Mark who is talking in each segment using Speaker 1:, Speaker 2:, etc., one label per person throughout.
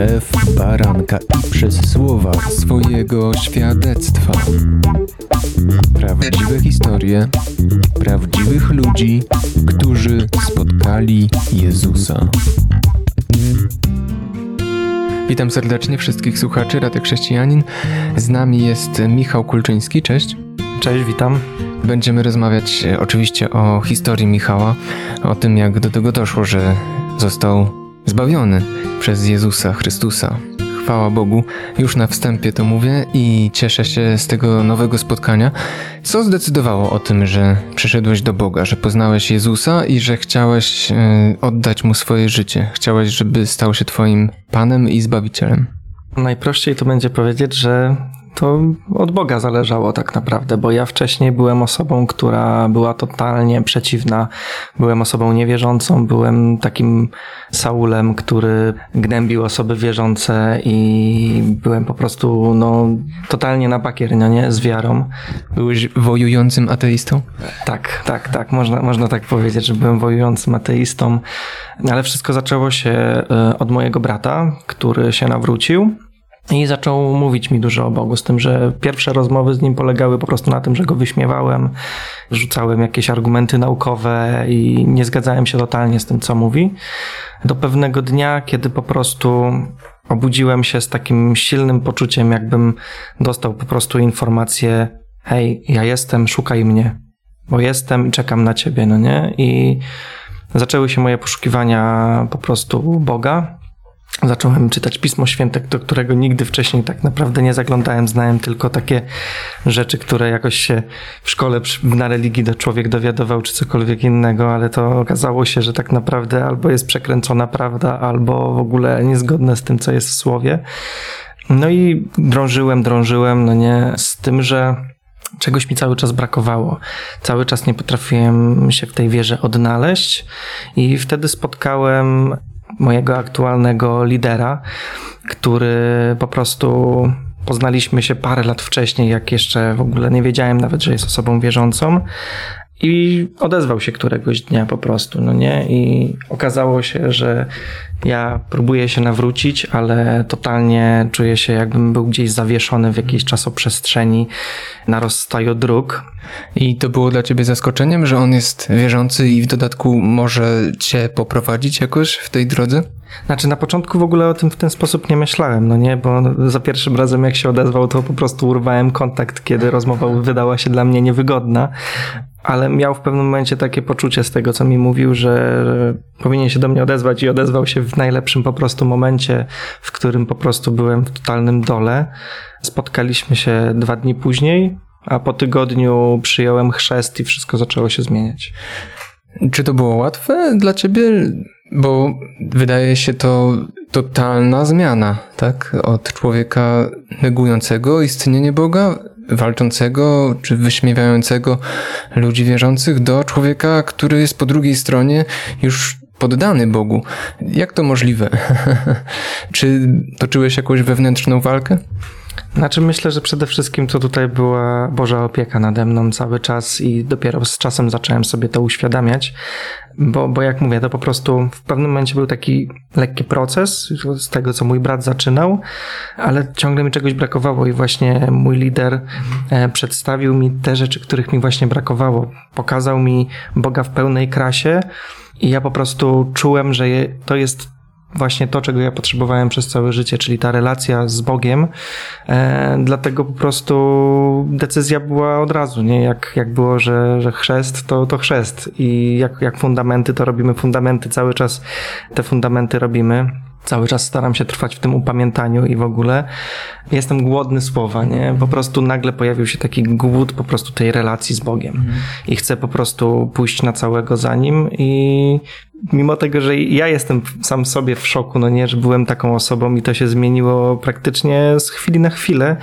Speaker 1: krew baranka i przez słowa swojego świadectwa. Prawdziwe historie prawdziwych ludzi, którzy spotkali Jezusa. Witam serdecznie wszystkich słuchaczy Rady Chrześcijanin. Z nami jest Michał Kulczyński. Cześć.
Speaker 2: Cześć, witam.
Speaker 1: Będziemy rozmawiać oczywiście o historii Michała, o tym, jak do tego doszło, że został zbawiony przez Jezusa Chrystusa. Chwała Bogu, już na wstępie to mówię i cieszę się z tego nowego spotkania. Co zdecydowało o tym, że przyszedłeś do Boga, że poznałeś Jezusa i że chciałeś oddać Mu swoje życie? Chciałeś, żeby stał się Twoim Panem i Zbawicielem?
Speaker 2: Najprościej to będzie powiedzieć, że to od Boga zależało tak naprawdę, bo ja wcześniej byłem osobą, która była totalnie przeciwna. Byłem osobą niewierzącą, byłem takim Saulem, który gnębił osoby wierzące i byłem po prostu totalnie na bakier, z wiarą.
Speaker 1: Byłeś wojującym ateistą?
Speaker 2: Tak. Można tak powiedzieć, że byłem wojującym ateistą, ale wszystko zaczęło się od mojego brata, który się nawrócił. I zaczął mówić mi dużo o Bogu, z tym, że pierwsze rozmowy z nim polegały po prostu na tym, że go wyśmiewałem, rzucałem jakieś argumenty naukowe i nie zgadzałem się totalnie z tym, co mówi. Do pewnego dnia, kiedy po prostu obudziłem się z takim silnym poczuciem, jakbym dostał po prostu informację: hej, ja jestem, szukaj mnie, bo jestem i czekam na ciebie, I zaczęły się moje poszukiwania po prostu Boga. Zacząłem czytać Pismo Święte, do którego nigdy wcześniej tak naprawdę nie zaglądałem. Znałem tylko takie rzeczy, które jakoś się w szkole na religii człowiek dowiadywał, czy cokolwiek innego, ale to okazało się, że tak naprawdę albo jest przekręcona prawda, albo w ogóle niezgodne z tym, co jest w Słowie. I drążyłem, z tym, że czegoś mi cały czas brakowało. Cały czas nie potrafiłem się w tej wierze odnaleźć i wtedy spotkałem mojego aktualnego lidera, który po prostu poznaliśmy się parę lat wcześniej, jak jeszcze w ogóle nie wiedziałem nawet, że jest osobą wierzącą, i odezwał się któregoś dnia po prostu, I okazało się, że ja próbuję się nawrócić, ale totalnie czuję się, jakbym był gdzieś zawieszony w jakiejś czasoprzestrzeni na rozstaju dróg.
Speaker 1: I to było dla ciebie zaskoczeniem, że on jest wierzący i w dodatku może cię poprowadzić jakoś w tej drodze?
Speaker 2: Znaczy, na początku w ogóle o tym w ten sposób nie myślałem, bo za pierwszym razem jak się odezwał, to po prostu urwałem kontakt, kiedy rozmowa wydała się dla mnie niewygodna, ale miał w pewnym momencie takie poczucie z tego, co mi mówił, że powinien się do mnie odezwać, i odezwał się w najlepszym po prostu momencie, w którym po prostu byłem w totalnym dole. Spotkaliśmy się 2 dni później, a po tygodniu przyjąłem chrzest i wszystko zaczęło się zmieniać.
Speaker 1: Czy to było łatwe dla ciebie? Bo wydaje się to totalna zmiana, tak? Od człowieka negującego istnienie Boga, walczącego czy wyśmiewającego ludzi wierzących, do człowieka, który jest po drugiej stronie już poddany Bogu. Jak to możliwe? Czy toczyłeś jakąś wewnętrzną walkę?
Speaker 2: Znaczy, myślę, że przede wszystkim to tutaj była Boża opieka nade mną cały czas i dopiero z czasem zacząłem sobie to uświadamiać, bo jak mówię, to po prostu w pewnym momencie był taki lekki proces z tego, co mój brat zaczynał, ale ciągle mi czegoś brakowało i właśnie mój lider przedstawił mi te rzeczy, których mi właśnie brakowało. Pokazał mi Boga w pełnej krasie i ja po prostu czułem, że to jest właśnie to, czego ja potrzebowałem przez całe życie, czyli ta relacja z Bogiem. Dlatego po prostu decyzja była od razu, jak było, że chrzest, to chrzest. I jak fundamenty, to robimy fundamenty. Cały czas te fundamenty robimy. Cały czas staram się trwać w tym upamiętaniu i w ogóle jestem głodny słowa, Po prostu nagle pojawił się taki głód po prostu tej relacji z Bogiem. I chcę po prostu pójść na całego za Nim i mimo tego, że ja jestem sam sobie w szoku, że byłem taką osobą i to się zmieniło praktycznie z chwili na chwilę,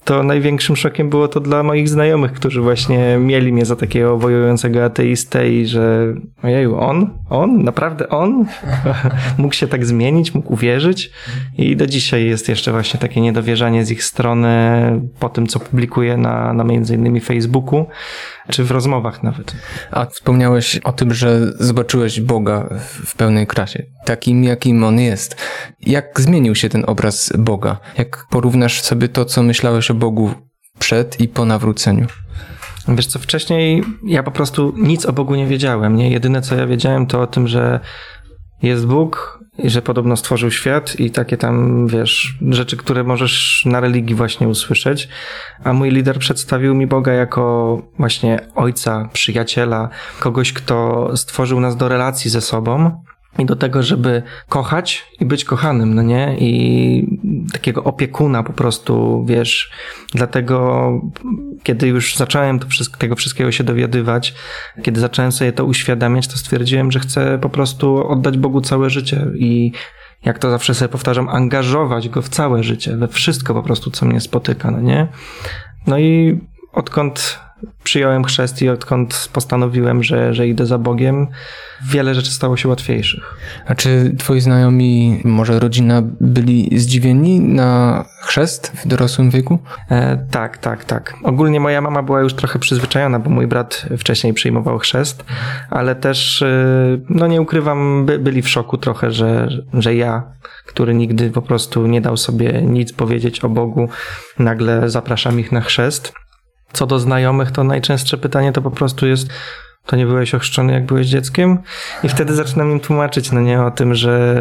Speaker 2: to największym szokiem było to dla moich znajomych, którzy właśnie mieli mnie za takiego wojującego ateistę i że ojeju, naprawdę on mógł się tak zmienić, mógł uwierzyć i do dzisiaj jest jeszcze właśnie takie niedowierzanie z ich strony po tym, co publikuję na między innymi Facebooku, czy w rozmowach nawet.
Speaker 1: A wspomniałeś o tym, że zobaczyłeś Boga w pełnej krasie, takim jakim On jest. Jak zmienił się ten obraz Boga? Jak porównasz sobie to, co myślałeś o Bogu przed i po nawróceniu?
Speaker 2: Wiesz co, wcześniej ja po prostu nic o Bogu nie wiedziałem, nie? Jedyne, co ja wiedziałem, to o tym, że jest Bóg i że podobno stworzył świat i takie tam, wiesz, rzeczy, które możesz na religii właśnie usłyszeć. A mój lider przedstawił mi Boga jako właśnie ojca, przyjaciela, kogoś, kto stworzył nas do relacji ze sobą i do tego, żeby kochać i być kochanym, no nie? I takiego opiekuna po prostu, wiesz. Dlatego, kiedy już zacząłem tego wszystkiego się dowiadywać, kiedy zacząłem sobie to uświadamiać, to stwierdziłem, że chcę po prostu oddać Bogu całe życie i jak to zawsze sobie powtarzam, angażować Go w całe życie, we wszystko po prostu, co mnie spotyka, no nie? No i odkąd przyjąłem chrzest i odkąd postanowiłem, że idę za Bogiem, wiele rzeczy stało się łatwiejszych.
Speaker 1: A czy twoi znajomi, może rodzina, byli zdziwieni na chrzest w dorosłym wieku?
Speaker 2: Tak. Ogólnie moja mama była już trochę przyzwyczajona, bo mój brat wcześniej przyjmował chrzest, ale też, no nie ukrywam, byli w szoku trochę, że ja, który nigdy po prostu nie dał sobie nic powiedzieć o Bogu, nagle zapraszam ich na chrzest. Co do znajomych, to najczęstsze pytanie to po prostu jest: to nie byłeś ochrzczony, jak byłeś dzieckiem? I wtedy zaczynam im tłumaczyć, no nie, o tym,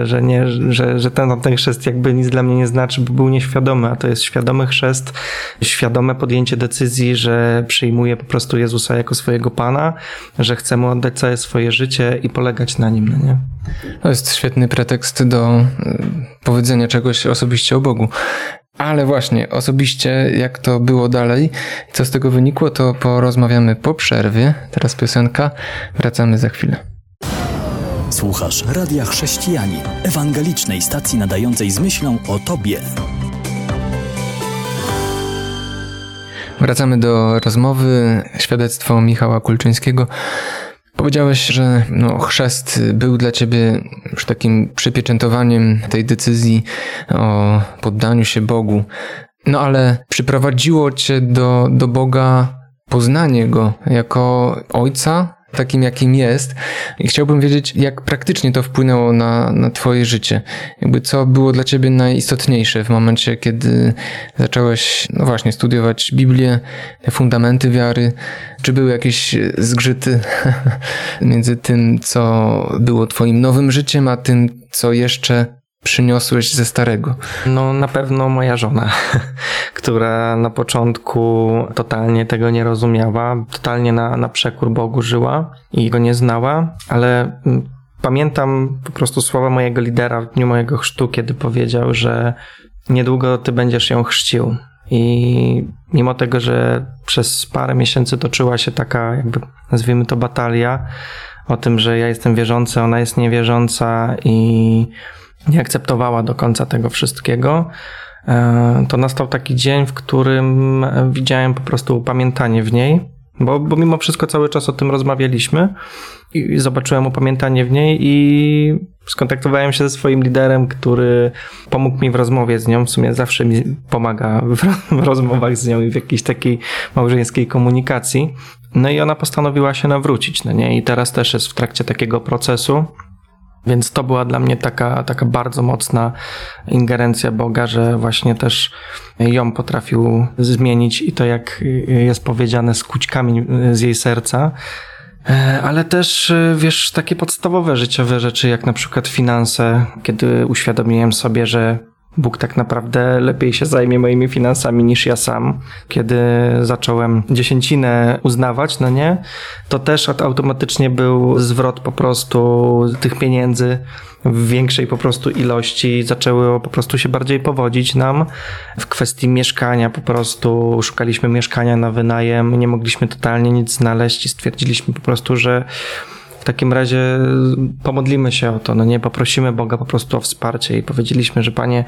Speaker 2: że ten chrzest jakby nic dla mnie nie znaczy, bo był nieświadomy, a to jest świadomy chrzest, świadome podjęcie decyzji, że przyjmuję po prostu Jezusa jako swojego Pana, że chcę Mu oddać całe swoje życie i polegać na Nim, no nie?
Speaker 1: To jest świetny pretekst do powiedzenia czegoś osobiście o Bogu. Ale właśnie, osobiście, jak to było dalej, co z tego wynikło, to porozmawiamy po przerwie. Teraz piosenka, wracamy za chwilę.
Speaker 3: Słuchasz Radia Chrześcijanin, ewangelicznej stacji nadającej z myślą o Tobie.
Speaker 1: Wracamy do rozmowy, świadectwo Michała Kulczyńskiego. Powiedziałeś, że chrzest był dla ciebie już takim przypieczętowaniem tej decyzji o poddaniu się Bogu. No ale przyprowadziło cię do Boga poznanie Go jako Ojca, takim jakim jest. I chciałbym wiedzieć, jak praktycznie to wpłynęło na twoje życie. Jakby co było dla ciebie najistotniejsze w momencie, kiedy zacząłeś, no właśnie, studiować Biblię, te fundamenty wiary. Czy były jakieś zgrzyty między tym, co było twoim nowym życiem, a tym, co jeszcze przyniosłeś ze starego?
Speaker 2: No na pewno moja żona, która na początku totalnie tego nie rozumiała, totalnie na przekór Bogu żyła i Go nie znała, ale pamiętam po prostu słowa mojego lidera w dniu mojego chrztu, kiedy powiedział, że niedługo ty będziesz ją chrzcił. I mimo tego, że przez parę miesięcy toczyła się taka, jakby nazwijmy to, batalia o tym, że ja jestem wierzący, ona jest niewierząca i nie akceptowała do końca tego wszystkiego, to nastał taki dzień, w którym widziałem po prostu upamiętanie w niej, bo mimo wszystko cały czas o tym rozmawialiśmy i zobaczyłem upamiętanie w niej i skontaktowałem się ze swoim liderem, który pomógł mi w rozmowie z nią, w sumie zawsze mi pomaga w rozmowach z nią i w jakiejś takiej małżeńskiej komunikacji. No i ona postanowiła się nawrócić, no nie? I teraz też jest w trakcie takiego procesu. Więc to była dla mnie taka bardzo mocna ingerencja Boga, że właśnie też ją potrafił zmienić i to, jak jest powiedziane, skuć kamień z jej serca. Ale też, wiesz, takie podstawowe życiowe rzeczy, jak na przykład finanse, kiedy uświadomiłem sobie, że Bóg tak naprawdę lepiej się zajmie moimi finansami niż ja sam. Kiedy zacząłem dziesięcinę uznawać, no nie, to też automatycznie był zwrot po prostu tych pieniędzy w większej po prostu ilości. Zaczęło po prostu się bardziej powodzić nam w kwestii mieszkania. Po prostu szukaliśmy mieszkania na wynajem, nie mogliśmy totalnie nic znaleźć i stwierdziliśmy po prostu, że w takim razie pomodlimy się o to, no nie, poprosimy Boga po prostu o wsparcie i powiedzieliśmy, że Panie,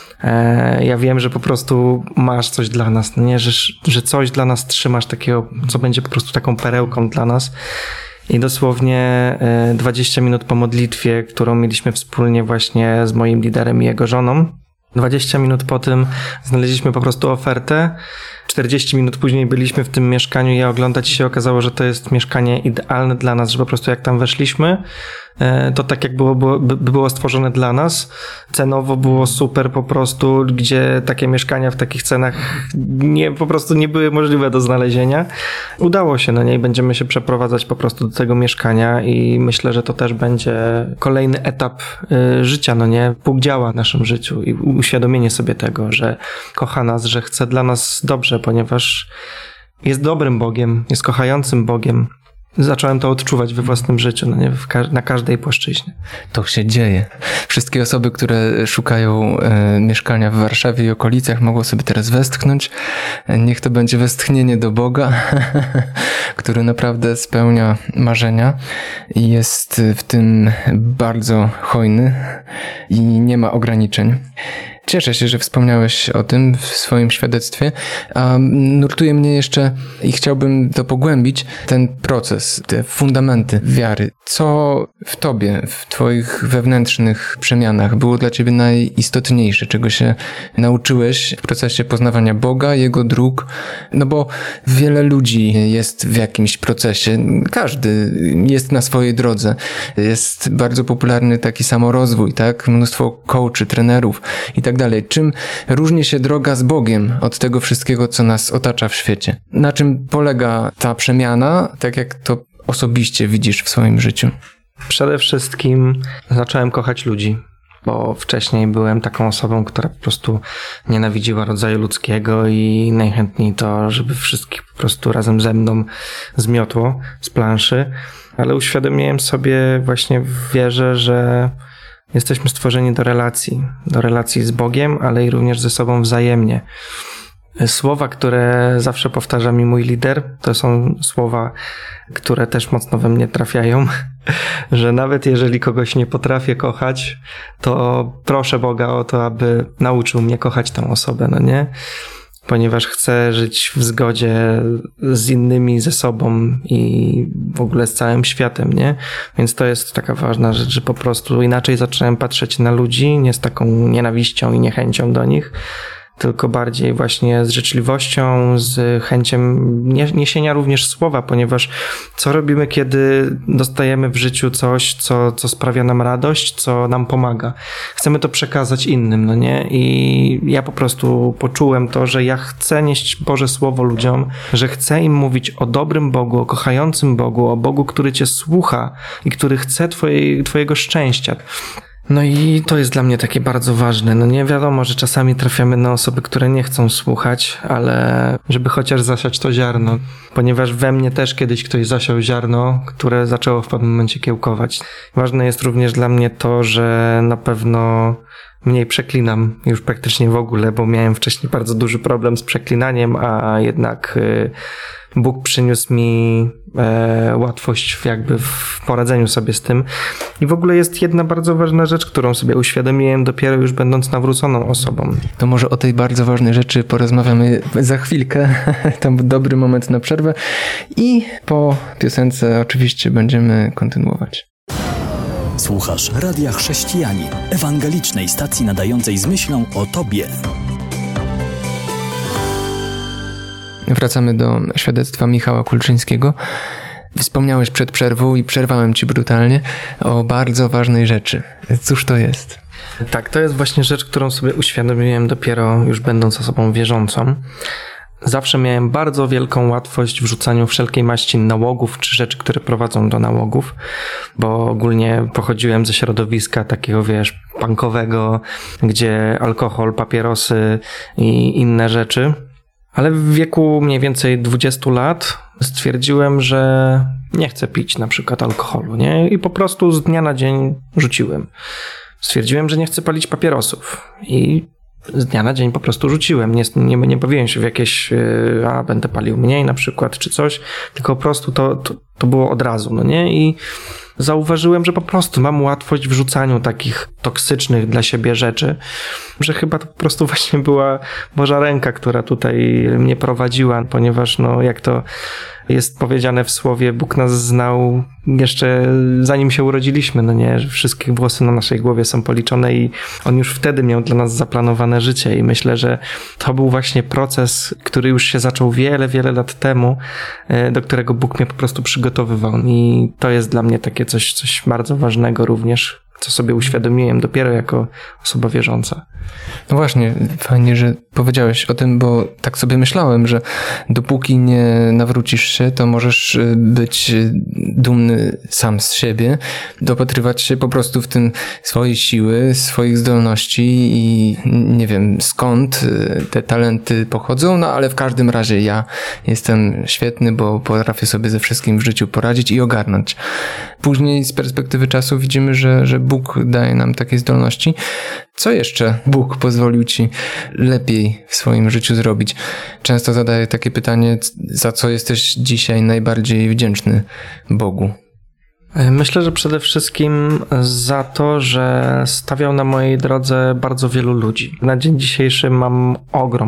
Speaker 2: ja wiem, że po prostu masz coś dla nas, no nie, że coś dla nas trzymasz takiego, co będzie po prostu taką perełką dla nas. I dosłownie 20 minut po modlitwie, którą mieliśmy wspólnie właśnie z moim liderem i jego żoną, 20 minut po tym znaleźliśmy po prostu ofertę. 40 minut później byliśmy w tym mieszkaniu i oglądać się okazało, że to jest mieszkanie idealne dla nas, że po prostu jak tam weszliśmy, to tak jak było stworzone dla nas. Cenowo było super po prostu, gdzie takie mieszkania w takich cenach po prostu nie były możliwe do znalezienia. Udało się, no nie, i będziemy się przeprowadzać po prostu do tego mieszkania i myślę, że to też będzie kolejny etap życia, no nie, Bóg działa w naszym życiu i uświadomienie sobie tego, że kocha nas, że chce dla nas dobrze, ponieważ jest dobrym Bogiem, jest kochającym Bogiem. Zacząłem to odczuwać we własnym życiu, no nie, na każdej płaszczyźnie.
Speaker 1: To się dzieje. Wszystkie osoby, które szukają mieszkania w Warszawie i okolicach, mogą sobie teraz westchnąć. Niech to będzie westchnienie do Boga, który naprawdę spełnia marzenia i jest w tym bardzo hojny i nie ma ograniczeń. Cieszę się, że wspomniałeś o tym w swoim świadectwie, a nurtuje mnie jeszcze i chciałbym to pogłębić, ten proces, te fundamenty wiary. Co w tobie, w twoich wewnętrznych przemianach było dla ciebie najistotniejsze, czego się nauczyłeś w procesie poznawania Boga, Jego dróg? No bo wiele ludzi jest w jakimś procesie, każdy jest na swojej drodze. Jest bardzo popularny taki samorozwój, tak? Mnóstwo coachy, trenerów i tak dalej. Czym różni się droga z Bogiem od tego wszystkiego, co nas otacza w świecie? Na czym polega ta przemiana, tak jak to osobiście widzisz w swoim życiu?
Speaker 2: Przede wszystkim zacząłem kochać ludzi, bo wcześniej byłem taką osobą, która po prostu nienawidziła rodzaju ludzkiego i najchętniej to, żeby wszystkich po prostu razem ze mną zmiotło z planszy, ale uświadomiłem sobie właśnie w wierze, że jesteśmy stworzeni do relacji z Bogiem, ale i również ze sobą wzajemnie. Słowa, które zawsze powtarza mi mój lider, to są słowa, które też mocno we mnie trafiają, że nawet jeżeli kogoś nie potrafię kochać, to proszę Boga o to, aby nauczył mnie kochać tę osobę, no nie? Ponieważ chcę żyć w zgodzie z innymi, ze sobą i w ogóle z całym światem, nie? Więc to jest taka ważna rzecz, że po prostu inaczej zacząłem patrzeć na ludzi, nie z taką nienawiścią i niechęcią do nich, tylko bardziej właśnie z życzliwością, z chęcią niesienia również słowa, ponieważ co robimy, kiedy dostajemy w życiu coś, co sprawia nam radość, co nam pomaga. Chcemy to przekazać innym, no nie? I ja po prostu poczułem to, że ja chcę nieść Boże Słowo ludziom, że chcę im mówić o dobrym Bogu, o kochającym Bogu, o Bogu, który Cię słucha i który chce Twojego szczęścia. No i to jest dla mnie takie bardzo ważne. No nie wiadomo, że czasami trafiamy na osoby, które nie chcą słuchać, ale żeby chociaż zasiać to ziarno, ponieważ we mnie też kiedyś ktoś zasiał ziarno, które zaczęło w pewnym momencie kiełkować. Ważne jest również dla mnie to, że na pewno mniej przeklinam już praktycznie w ogóle, bo miałem wcześniej bardzo duży problem z przeklinaniem, a jednak Bóg przyniósł mi łatwość jakby w poradzeniu sobie z tym. I w ogóle jest jedna bardzo ważna rzecz, którą sobie uświadomiłem dopiero już będąc nawróconą osobą.
Speaker 1: To może o tej bardzo ważnej rzeczy porozmawiamy za chwilkę. Tam dobry moment na przerwę i po piosence oczywiście będziemy kontynuować.
Speaker 3: Słuchasz Radia Chrześcijanin, ewangelicznej stacji nadającej z myślą o Tobie.
Speaker 1: Wracamy do świadectwa Michała Kulczyńskiego. Wspomniałeś przed przerwą i przerwałem ci brutalnie o bardzo ważnej rzeczy. Cóż to jest?
Speaker 2: Tak, to jest właśnie rzecz, którą sobie uświadomiłem dopiero już będąc osobą wierzącą. Zawsze miałem bardzo wielką łatwość w rzucaniu wszelkiej maści nałogów czy rzeczy, które prowadzą do nałogów, bo ogólnie pochodziłem ze środowiska takiego, punkowego, gdzie alkohol, papierosy i inne rzeczy. Ale w wieku mniej więcej 20 lat stwierdziłem, że nie chcę pić na przykład alkoholu, nie? I po prostu z dnia na dzień rzuciłem. Stwierdziłem, że nie chcę palić papierosów i z dnia na dzień po prostu rzuciłem. Nie bawiłem się w jakieś, będę palił mniej na przykład, czy coś, tylko po prostu to było od razu, no nie? I zauważyłem, że po prostu mam łatwość w rzucaniu takich toksycznych dla siebie rzeczy, że chyba to po prostu właśnie była Boża ręka, która tutaj mnie prowadziła, ponieważ jak to jest powiedziane w słowie, Bóg nas znał jeszcze zanim się urodziliśmy, że wszystkie włosy na naszej głowie są policzone i On już wtedy miał dla nas zaplanowane życie i myślę, że to był właśnie proces, który już się zaczął wiele, wiele lat temu, do którego Bóg mnie po prostu przygotowywał i to jest dla mnie takie coś bardzo ważnego również, co sobie uświadomiłem dopiero jako osoba wierząca.
Speaker 1: No właśnie, fajnie, że powiedziałeś o tym, bo tak sobie myślałem, że dopóki nie nawrócisz się, to możesz być dumny sam z siebie, dopatrywać się po prostu w tym swojej siły, swoich zdolności i nie wiem skąd te talenty pochodzą, ale w każdym razie ja jestem świetny, bo potrafię sobie ze wszystkim w życiu poradzić i ogarnąć. Później z perspektywy czasu widzimy, że Bóg daje nam takie zdolności. Co jeszcze Bóg pozwolił ci lepiej w swoim życiu zrobić? Często zadaję takie pytanie, za co jesteś dzisiaj najbardziej wdzięczny Bogu?
Speaker 2: Myślę, że przede wszystkim za to, że stawiał na mojej drodze bardzo wielu ludzi. Na dzień dzisiejszy mam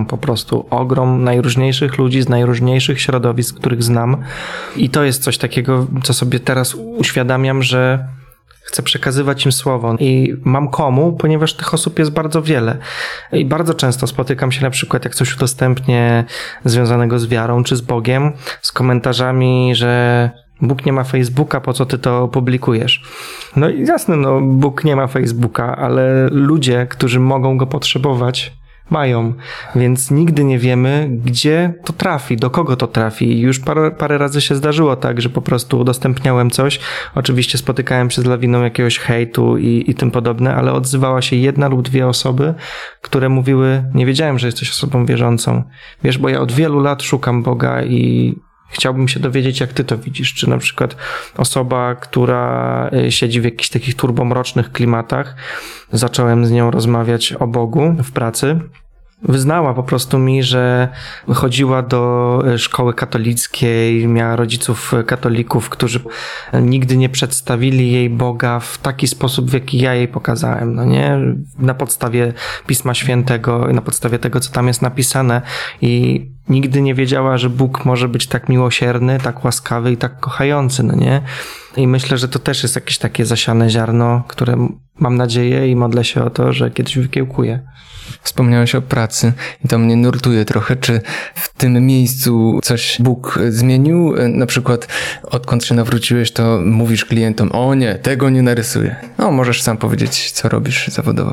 Speaker 2: ogrom najróżniejszych ludzi z najróżniejszych środowisk, których znam. I to jest coś takiego, co sobie teraz uświadamiam, że chcę przekazywać im słowo i mam komu, ponieważ tych osób jest bardzo wiele. I bardzo często spotykam się na przykład, jak coś udostępnię związanego z wiarą czy z Bogiem, z komentarzami, że Bóg nie ma Facebooka, po co ty to publikujesz? No i jasne, Bóg nie ma Facebooka, ale ludzie, którzy mogą go potrzebować, mają, więc nigdy nie wiemy, gdzie to trafi, do kogo to trafi. I już parę razy się zdarzyło tak, że po prostu udostępniałem coś, oczywiście spotykałem się z lawiną jakiegoś hejtu i tym podobne, ale odzywała się jedna lub dwie osoby, które mówiły, nie wiedziałem, że jesteś osobą wierzącą. Wiesz, bo ja od wielu lat szukam Boga i chciałbym się dowiedzieć, jak ty to widzisz. Czy na przykład osoba, która siedzi w jakichś takich turbomrocznych klimatach, zacząłem z nią rozmawiać o Bogu w pracy, wyznała po prostu mi, że chodziła do szkoły katolickiej, miała rodziców katolików, którzy nigdy nie przedstawili jej Boga w taki sposób, w jaki ja jej pokazałem, nie? Na podstawie Pisma Świętego, na podstawie tego, co tam jest napisane i nigdy nie wiedziała, że Bóg może być tak miłosierny, tak łaskawy i tak kochający, nie? I myślę, że to też jest jakieś takie zasiane ziarno, które mam nadzieję i modlę się o to, że kiedyś wykiełkuje.
Speaker 1: Wspomniałeś o pracy i to mnie nurtuje trochę. Czy w tym miejscu coś Bóg zmienił? Na przykład odkąd się nawróciłeś, to mówisz klientom, o nie, tego nie narysuję. Możesz sam powiedzieć, co robisz zawodowo.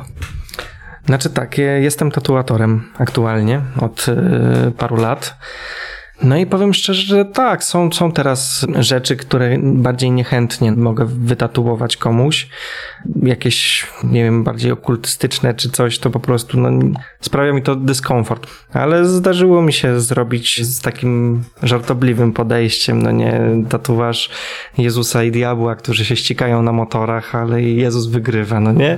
Speaker 2: Znaczy tak, jestem tatuatorem aktualnie od paru lat. No i powiem szczerze, że tak, są teraz rzeczy, które bardziej niechętnie mogę wytatuować komuś. Jakieś, nie wiem, bardziej okultystyczne czy coś, to po prostu sprawia mi to dyskomfort. Ale zdarzyło mi się zrobić z takim żartobliwym podejściem, tatuaż Jezusa i diabła, którzy się ścigają na motorach, ale Jezus wygrywa, nie?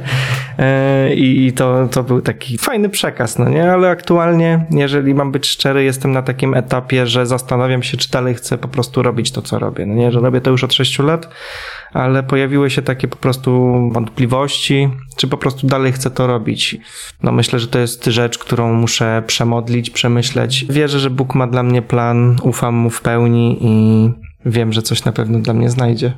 Speaker 2: I to był taki fajny przekaz, Ale aktualnie, jeżeli mam być szczery, jestem na takim etapie, że zastanawiam się, czy dalej chcę po prostu robić to, co robię. Że robię to już od 6 lat, ale pojawiły się takie po prostu wątpliwości, czy po prostu dalej chcę to robić. Myślę, że to jest rzecz, którą muszę przemodlić, przemyśleć. Wierzę, że Bóg ma dla mnie plan, ufam Mu w pełni i wiem, że coś na pewno dla mnie znajdzie.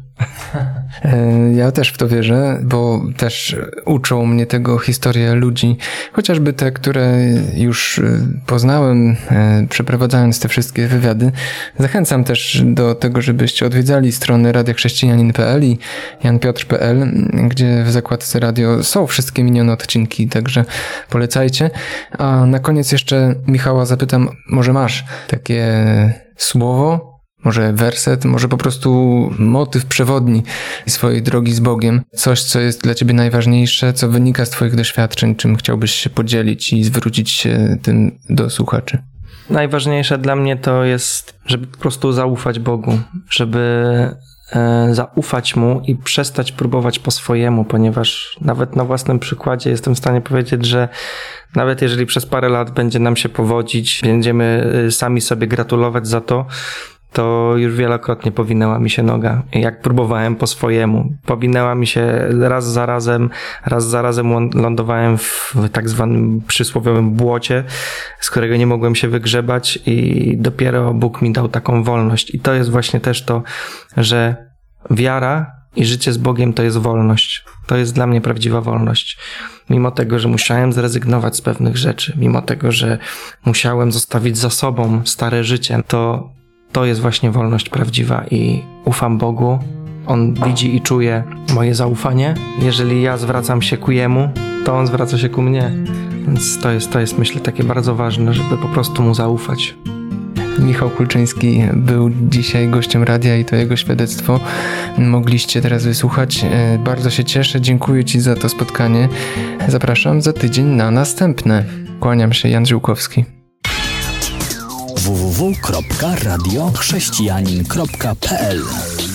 Speaker 1: Ja też w to wierzę, bo też uczą mnie tego historie ludzi, chociażby te, które już poznałem, przeprowadzając te wszystkie wywiady. Zachęcam też do tego, żebyście odwiedzali strony radiochrześcijanin.pl i janpiotr.pl, gdzie w zakładce radio są wszystkie minione odcinki, także polecajcie. A na koniec jeszcze Michała zapytam, może masz takie słowo, może werset, może po prostu motyw przewodni swojej drogi z Bogiem. Coś, co jest dla ciebie najważniejsze, co wynika z twoich doświadczeń, czym chciałbyś się podzielić i zwrócić się tym do słuchaczy.
Speaker 2: Najważniejsze dla mnie to jest, żeby po prostu zaufać Bogu, żeby zaufać Mu i przestać próbować po swojemu, ponieważ nawet na własnym przykładzie jestem w stanie powiedzieć, że nawet jeżeli przez parę lat będzie nam się powodzić, będziemy sami sobie gratulować za to, to już wielokrotnie powinęła mi się noga. Jak próbowałem po swojemu. Powinęła mi się raz za razem lądowałem w tak zwanym przysłowiowym błocie, z którego nie mogłem się wygrzebać i dopiero Bóg mi dał taką wolność. I to jest właśnie też to, że wiara i życie z Bogiem to jest wolność. To jest dla mnie prawdziwa wolność. Mimo tego, że musiałem zrezygnować z pewnych rzeczy, mimo tego, że musiałem zostawić za sobą stare życie, to jest właśnie wolność prawdziwa i ufam Bogu. On widzi i czuje moje zaufanie. Jeżeli ja zwracam się ku Jemu, to On zwraca się ku mnie. Więc to jest myślę takie bardzo ważne, żeby po prostu Mu zaufać.
Speaker 1: Michał Kulczyński był dzisiaj gościem radia i to jego świadectwo mogliście teraz wysłuchać. Bardzo się cieszę, dziękuję Ci za to spotkanie. Zapraszam za tydzień na następne. Kłaniam się, Jan Żyłkowski.
Speaker 3: www.radiochrześcijanin.pl